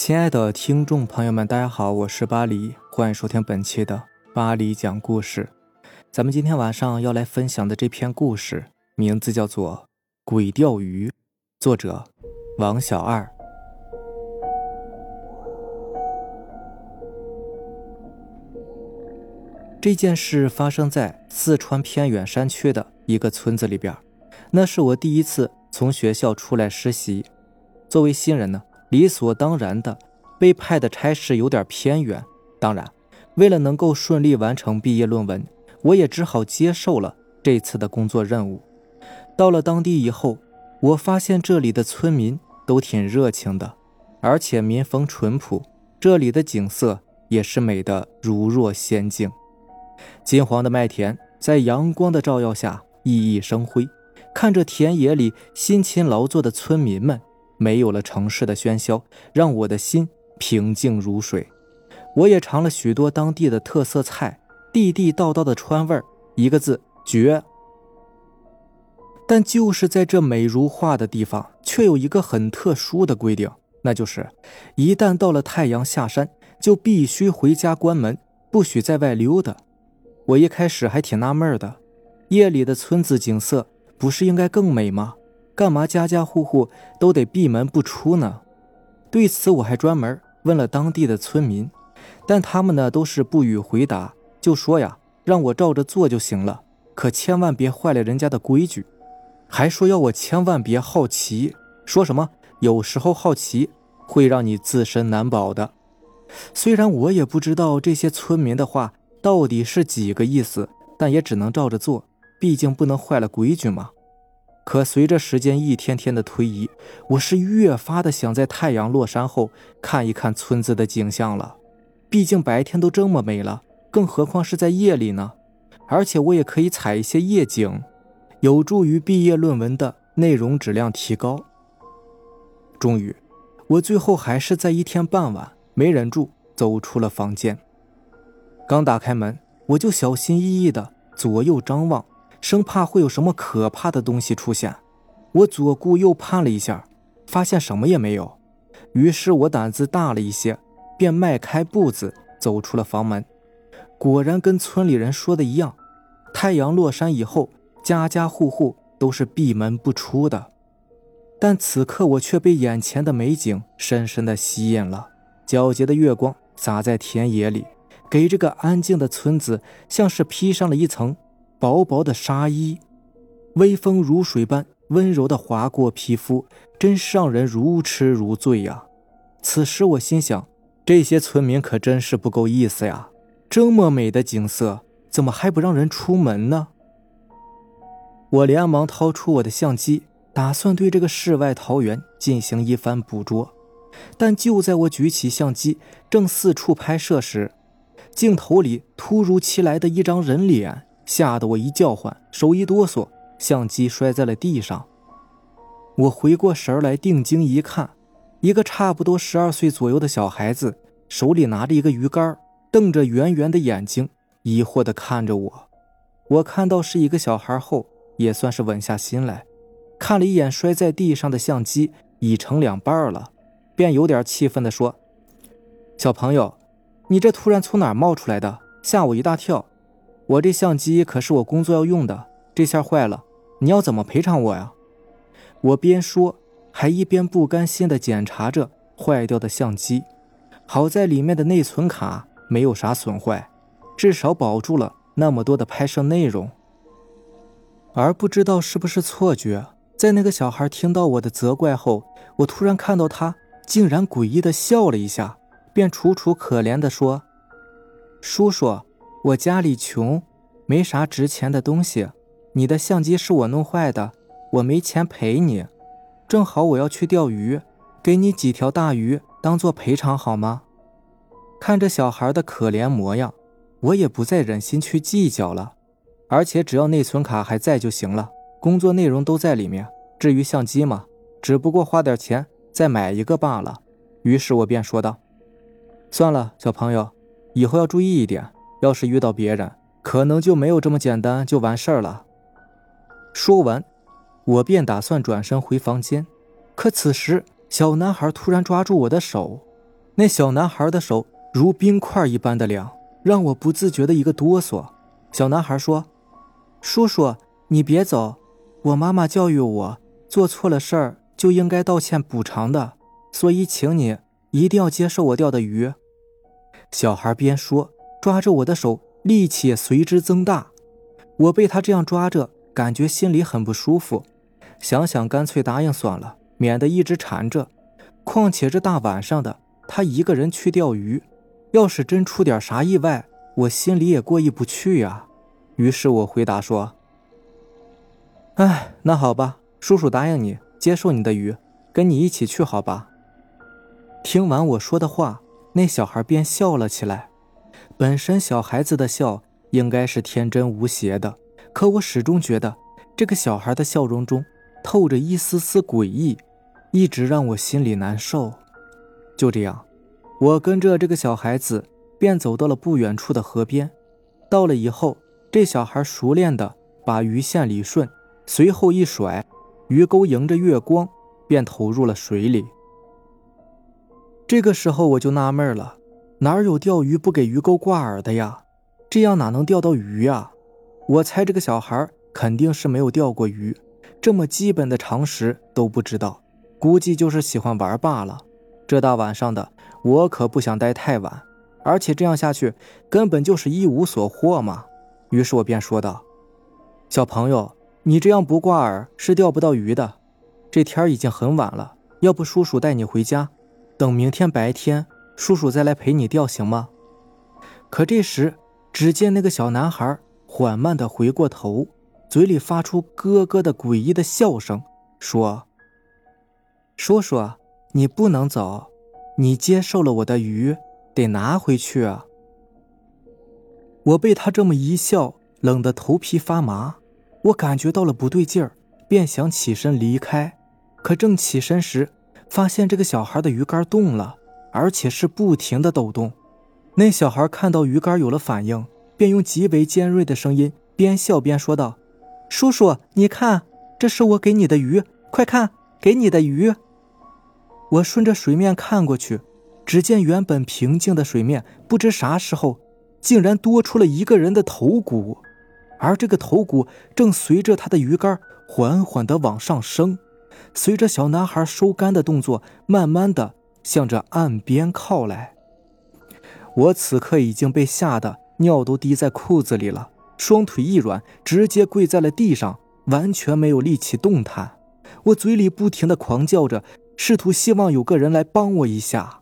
亲爱的听众朋友们，大家好，我是巴黎，欢迎收听本期的巴黎讲故事。咱们今天晚上要来分享的这篇故事，名字叫做《鬼钓鱼》，作者王小二。这件事发生在四川偏远山区的一个村子里边，那是我第一次从学校出来实习。作为新人呢，理所当然的被派的差事有点偏远，当然为了能够顺利完成毕业论文，我也只好接受了这次的工作任务。到了当地以后，我发现这里的村民都挺热情的，而且民风淳朴，这里的景色也是美得如若仙境。金黄的麦田在阳光的照耀下熠熠生辉，看着田野里辛勤劳作的村民们，没有了城市的喧嚣，让我的心平静如水。我也尝了许多当地的特色菜，地地道道的川味儿，一个字绝。但就是在这美如画的地方，却有一个很特殊的规定，那就是一旦到了太阳下山，就必须回家关门，不许在外溜达。我一开始还挺纳闷的，夜里的村子景色不是应该更美吗？干嘛家家户户都得闭门不出呢？对此我还专门问了当地的村民，但他们呢都是不予回答，就说呀，让我照着做就行了，可千万别坏了人家的规矩，还说要我千万别好奇，说什么有时候好奇会让你自身难保的。虽然我也不知道这些村民的话到底是几个意思，但也只能照着做，毕竟不能坏了规矩嘛。可随着时间一天天的推移，我是越发的想在太阳落山后看一看村子的景象了。毕竟白天都这么美了，更何况是在夜里呢？而且我也可以采一些夜景，有助于毕业论文的内容质量提高。终于，我最后还是在一天傍晚没忍住走出了房间。刚打开门，我就小心翼翼的左右张望，生怕会有什么可怕的东西出现。我左顾右盼了一下，发现什么也没有，于是我胆子大了一些，便迈开步子走出了房门。果然跟村里人说的一样，太阳落山以后，家家户户都是闭门不出的。但此刻我却被眼前的美景深深的吸引了。皎洁的月光洒在田野里，给这个安静的村子像是披上了一层薄薄的纱衣，微风如水般温柔地划过皮肤，真是让人如痴如醉呀。此时我心想，这些村民可真是不够意思呀，这么美的景色怎么还不让人出门呢？我连忙掏出我的相机，打算对这个世外桃源进行一番捕捉。但就在我举起相机正四处拍摄时，镜头里突如其来的一张人脸吓得我一叫唤，手一哆嗦，相机摔在了地上。我回过神来定睛一看，一个差不多12岁左右的小孩子手里拿着一个鱼竿，瞪着圆圆的眼睛，疑惑地看着我。我看到是一个小孩后，也算是稳下心来，看了一眼摔在地上的相机已成2半了，便有点气愤地说，小朋友，你这突然从哪儿冒出来的，吓我一大跳，我这相机可是我工作要用的，这下坏了，你要怎么赔偿我呀？我边说还一边不甘心地检查着坏掉的相机，好在里面的内存卡没有啥损坏，至少保住了那么多的拍摄内容。而不知道是不是错觉，在那个小孩听到我的责怪后，我突然看到他竟然诡异地笑了一下，便楚楚可怜地说，叔叔，我家里穷，没啥值钱的东西，你的相机是我弄坏的，我没钱赔你，正好我要去钓鱼，给你几条大鱼当做赔偿好吗？看着小孩的可怜模样，我也不再忍心去计较了，而且只要内存卡还在就行了，工作内容都在里面，至于相机嘛，只不过花点钱再买一个罢了。于是我便说道，算了，小朋友，以后要注意一点，要是遇到别人，可能就没有这么简单就完事儿了。说完，我便打算转身回房间，可此时小男孩突然抓住我的手， 那小男孩的手如冰块一般的凉，让我不自觉的一个哆嗦。小男孩说：叔叔，你别走，我妈妈教育我，做错了事儿就应该道歉补偿的，所以请你一定要接受我钓的鱼。小孩边说，抓着我的手力气也随之增大。我被他这样抓着，感觉心里很不舒服，想想干脆答应算了，免得一直缠着。况且这大晚上的，他一个人去钓鱼，要是真出点啥意外，我心里也过意不去呀。于是我回答说：哎，那好吧，叔叔答应你，接受你的鱼，跟你一起去好吧。听完我说的话，那小孩便笑了起来。本身小孩子的笑应该是天真无邪的，可我始终觉得这个小孩的笑容中透着一丝丝诡异，一直让我心里难受。就这样，我跟着这个小孩子便走到了不远处的河边。到了以后，这小孩熟练地把鱼线理顺，随后一甩，鱼钩迎着月光便投入了水里。这个时候我就纳闷了，哪有钓鱼不给鱼钩挂饵的呀？这样哪能钓到鱼呀？我猜这个小孩肯定是没有钓过鱼，这么基本的常识都不知道，估计就是喜欢玩罢了。这大晚上的，我可不想待太晚，而且这样下去根本就是一无所获嘛。于是我便说道：小朋友，你这样不挂饵是钓不到鱼的，这天已经很晚了，要不叔叔带你回家，等明天白天叔叔再来陪你钓行吗？可这时只见那个小男孩缓慢地回过头，嘴里发出咯咯的诡异的笑声，说：叔叔，你不能走，你接受了我的鱼，得拿回去啊。我被他这么一笑，冷得头皮发麻，我感觉到了不对劲儿，便想起身离开。可正起身时，发现这个小孩的鱼竿动了，而且是不停地抖动。那小孩看到鱼竿有了反应，便用极为尖锐的声音边笑边说道：叔叔，你看，这是我给你的鱼，快看，给你的鱼。我顺着水面看过去，只见原本平静的水面不知啥时候竟然多出了一个人的头骨，而这个头骨正随着他的鱼竿缓缓地往上升，随着小男孩收竿的动作慢慢地向着岸边靠来。我此刻已经被吓得尿都滴在裤子里了，双腿一软，直接跪在了地上，完全没有力气动弹。我嘴里不停地狂叫着，试图希望有个人来帮我一下。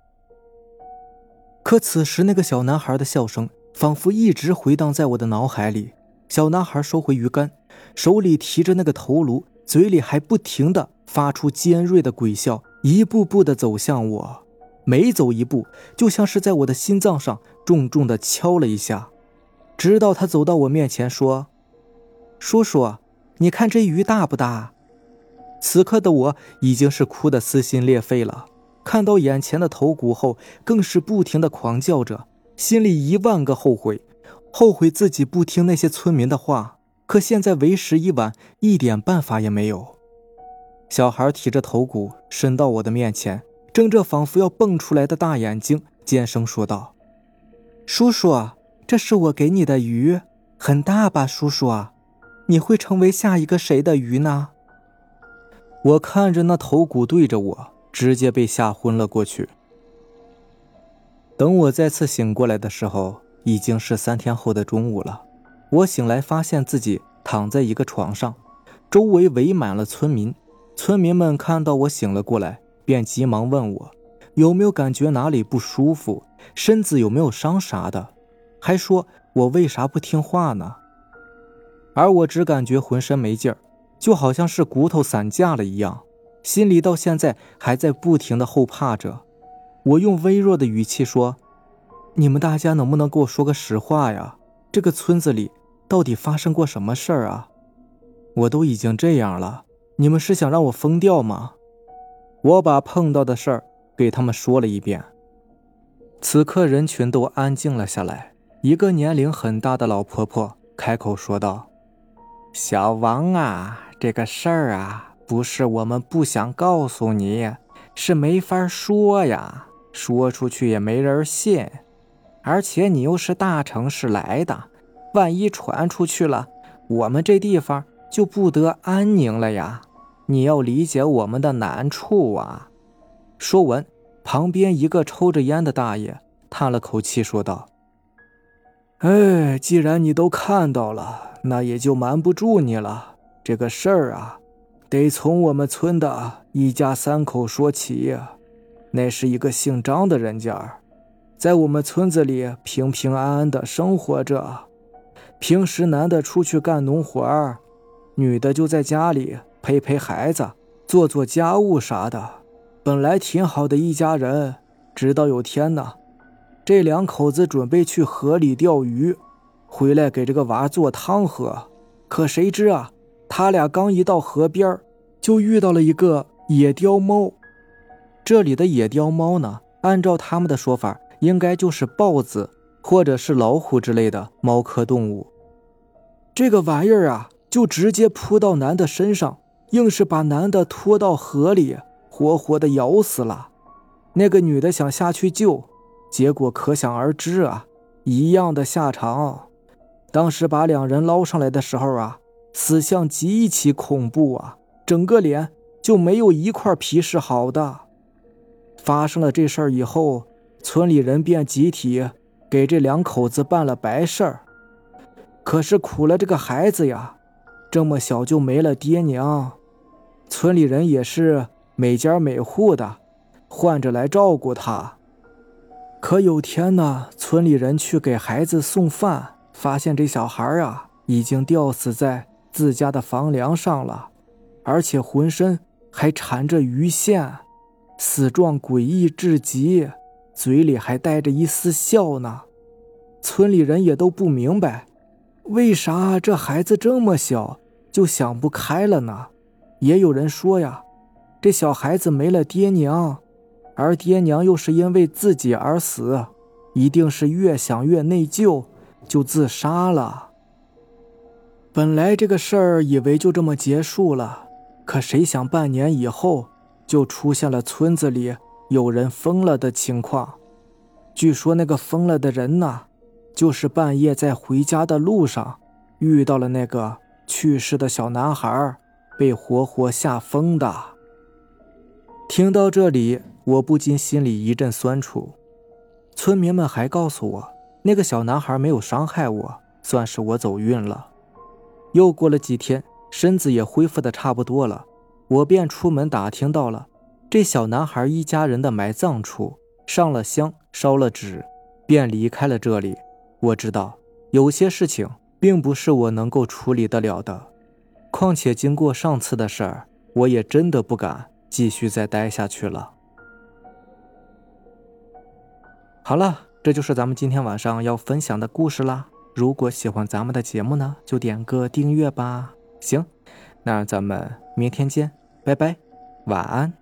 可此时那个小男孩的笑声仿佛一直回荡在我的脑海里。小男孩收回鱼竿，手里提着那个头颅，嘴里还不停地发出尖锐的鬼笑，一步步地走向我，每走一步就像是在我的心脏上重重地敲了一下，直到他走到我面前说：叔叔，你看这鱼大不大？此刻的我已经是哭得撕心裂肺了，看到眼前的头骨后更是不停地狂叫着，心里10000个后悔，后悔自己不听那些村民的话，可现在为时已晚，一点办法也没有。小孩提着头骨伸到我的面前，睁着仿佛要蹦出来的大眼睛，尖声说道：叔叔，这是我给你的鱼，很大吧叔叔啊？你会成为下一个谁的鱼呢？我看着那头骨对着我，直接被吓昏了过去。等我再次醒过来的时候，已经是3天后的中午了。我醒来发现自己躺在一个床上，周围围满了村民。村民们看到我醒了过来，便急忙问我有没有感觉哪里不舒服，身子有没有伤啥的，还说我为啥不听话呢？而我只感觉浑身没劲儿，就好像是骨头散架了一样，心里到现在还在不停地后怕着。我用微弱的语气说：你们大家能不能给我说个实话呀？这个村子里到底发生过什么事儿啊？我都已经这样了，你们是想让我疯掉吗？我把碰到的事儿给他们说了一遍。此刻人群都安静了下来，一个年龄很大的老婆婆开口说道：小王啊，这个事儿啊，不是我们不想告诉你，是没法说呀。 说出去也没人信。而且你又是大城市来的，万一传出去了，我们这地方就不得安宁了呀。你要理解我们的难处啊。”说完，旁边一个抽着烟的大爷叹了口气说道：“哎，既然你都看到了，那也就瞒不住你了。这个事儿啊，得从我们村的一家3口说起。那是一个姓张的人家，在我们村子里平平安安的生活着。平时男的出去干农活，女的就在家里陪陪孩子，做做家务啥的。本来挺好的一家人，直到有天呢，这2口子准备去河里钓鱼，回来给这个娃做汤喝。可谁知啊，他俩刚一到河边，就遇到了一个野貂猫。这里的野貂猫呢，按照他们的说法，应该就是豹子或者是老虎之类的猫科动物。这个玩意儿啊，就直接扑到男的身上，硬是把男的拖到河里，活活的咬死了。那个女的想下去救，结果可想而知啊，一样的下场。当时把2人捞上来的时候啊，死相极其恐怖啊，整个脸就没有一块皮是好的。发生了这事儿以后，村里人便集体给这2口子办了白事儿。可是苦了这个孩子呀，这么小就没了爹娘，村里人也是每家每户的换着来照顾他。可有天呢，村里人去给孩子送饭，发现这小孩啊已经吊死在自家的房梁上了，而且浑身还缠着鱼线，死状诡异至极，嘴里还带着一丝笑呢。村里人也都不明白，为啥这孩子这么小就想不开了呢？也有人说呀，这小孩子没了爹娘，而爹娘又是因为自己而死，一定是越想越内疚，就自杀了。本来这个事儿以为就这么结束了，可谁想半年以后就出现了村子里有人疯了的情况。据说那个疯了的人呢，就是半夜在回家的路上遇到了那个去世的小男孩，被活活吓疯的。听到这里，我不禁心里一阵酸楚。村民们还告诉我，那个小男孩没有伤害我，算是我走运了。又过了几天，身子也恢复的差不多了，我便出门打听到了这小男孩一家人的埋葬处，上了香，烧了纸，便离开了这里。我知道有些事情并不是我能够处理得了的，况且经过上次的事儿，我也真的不敢继续再待下去了。好了，这就是咱们今天晚上要分享的故事啦。如果喜欢咱们的节目呢，就点个订阅吧。行，那咱们明天见，拜拜，晚安。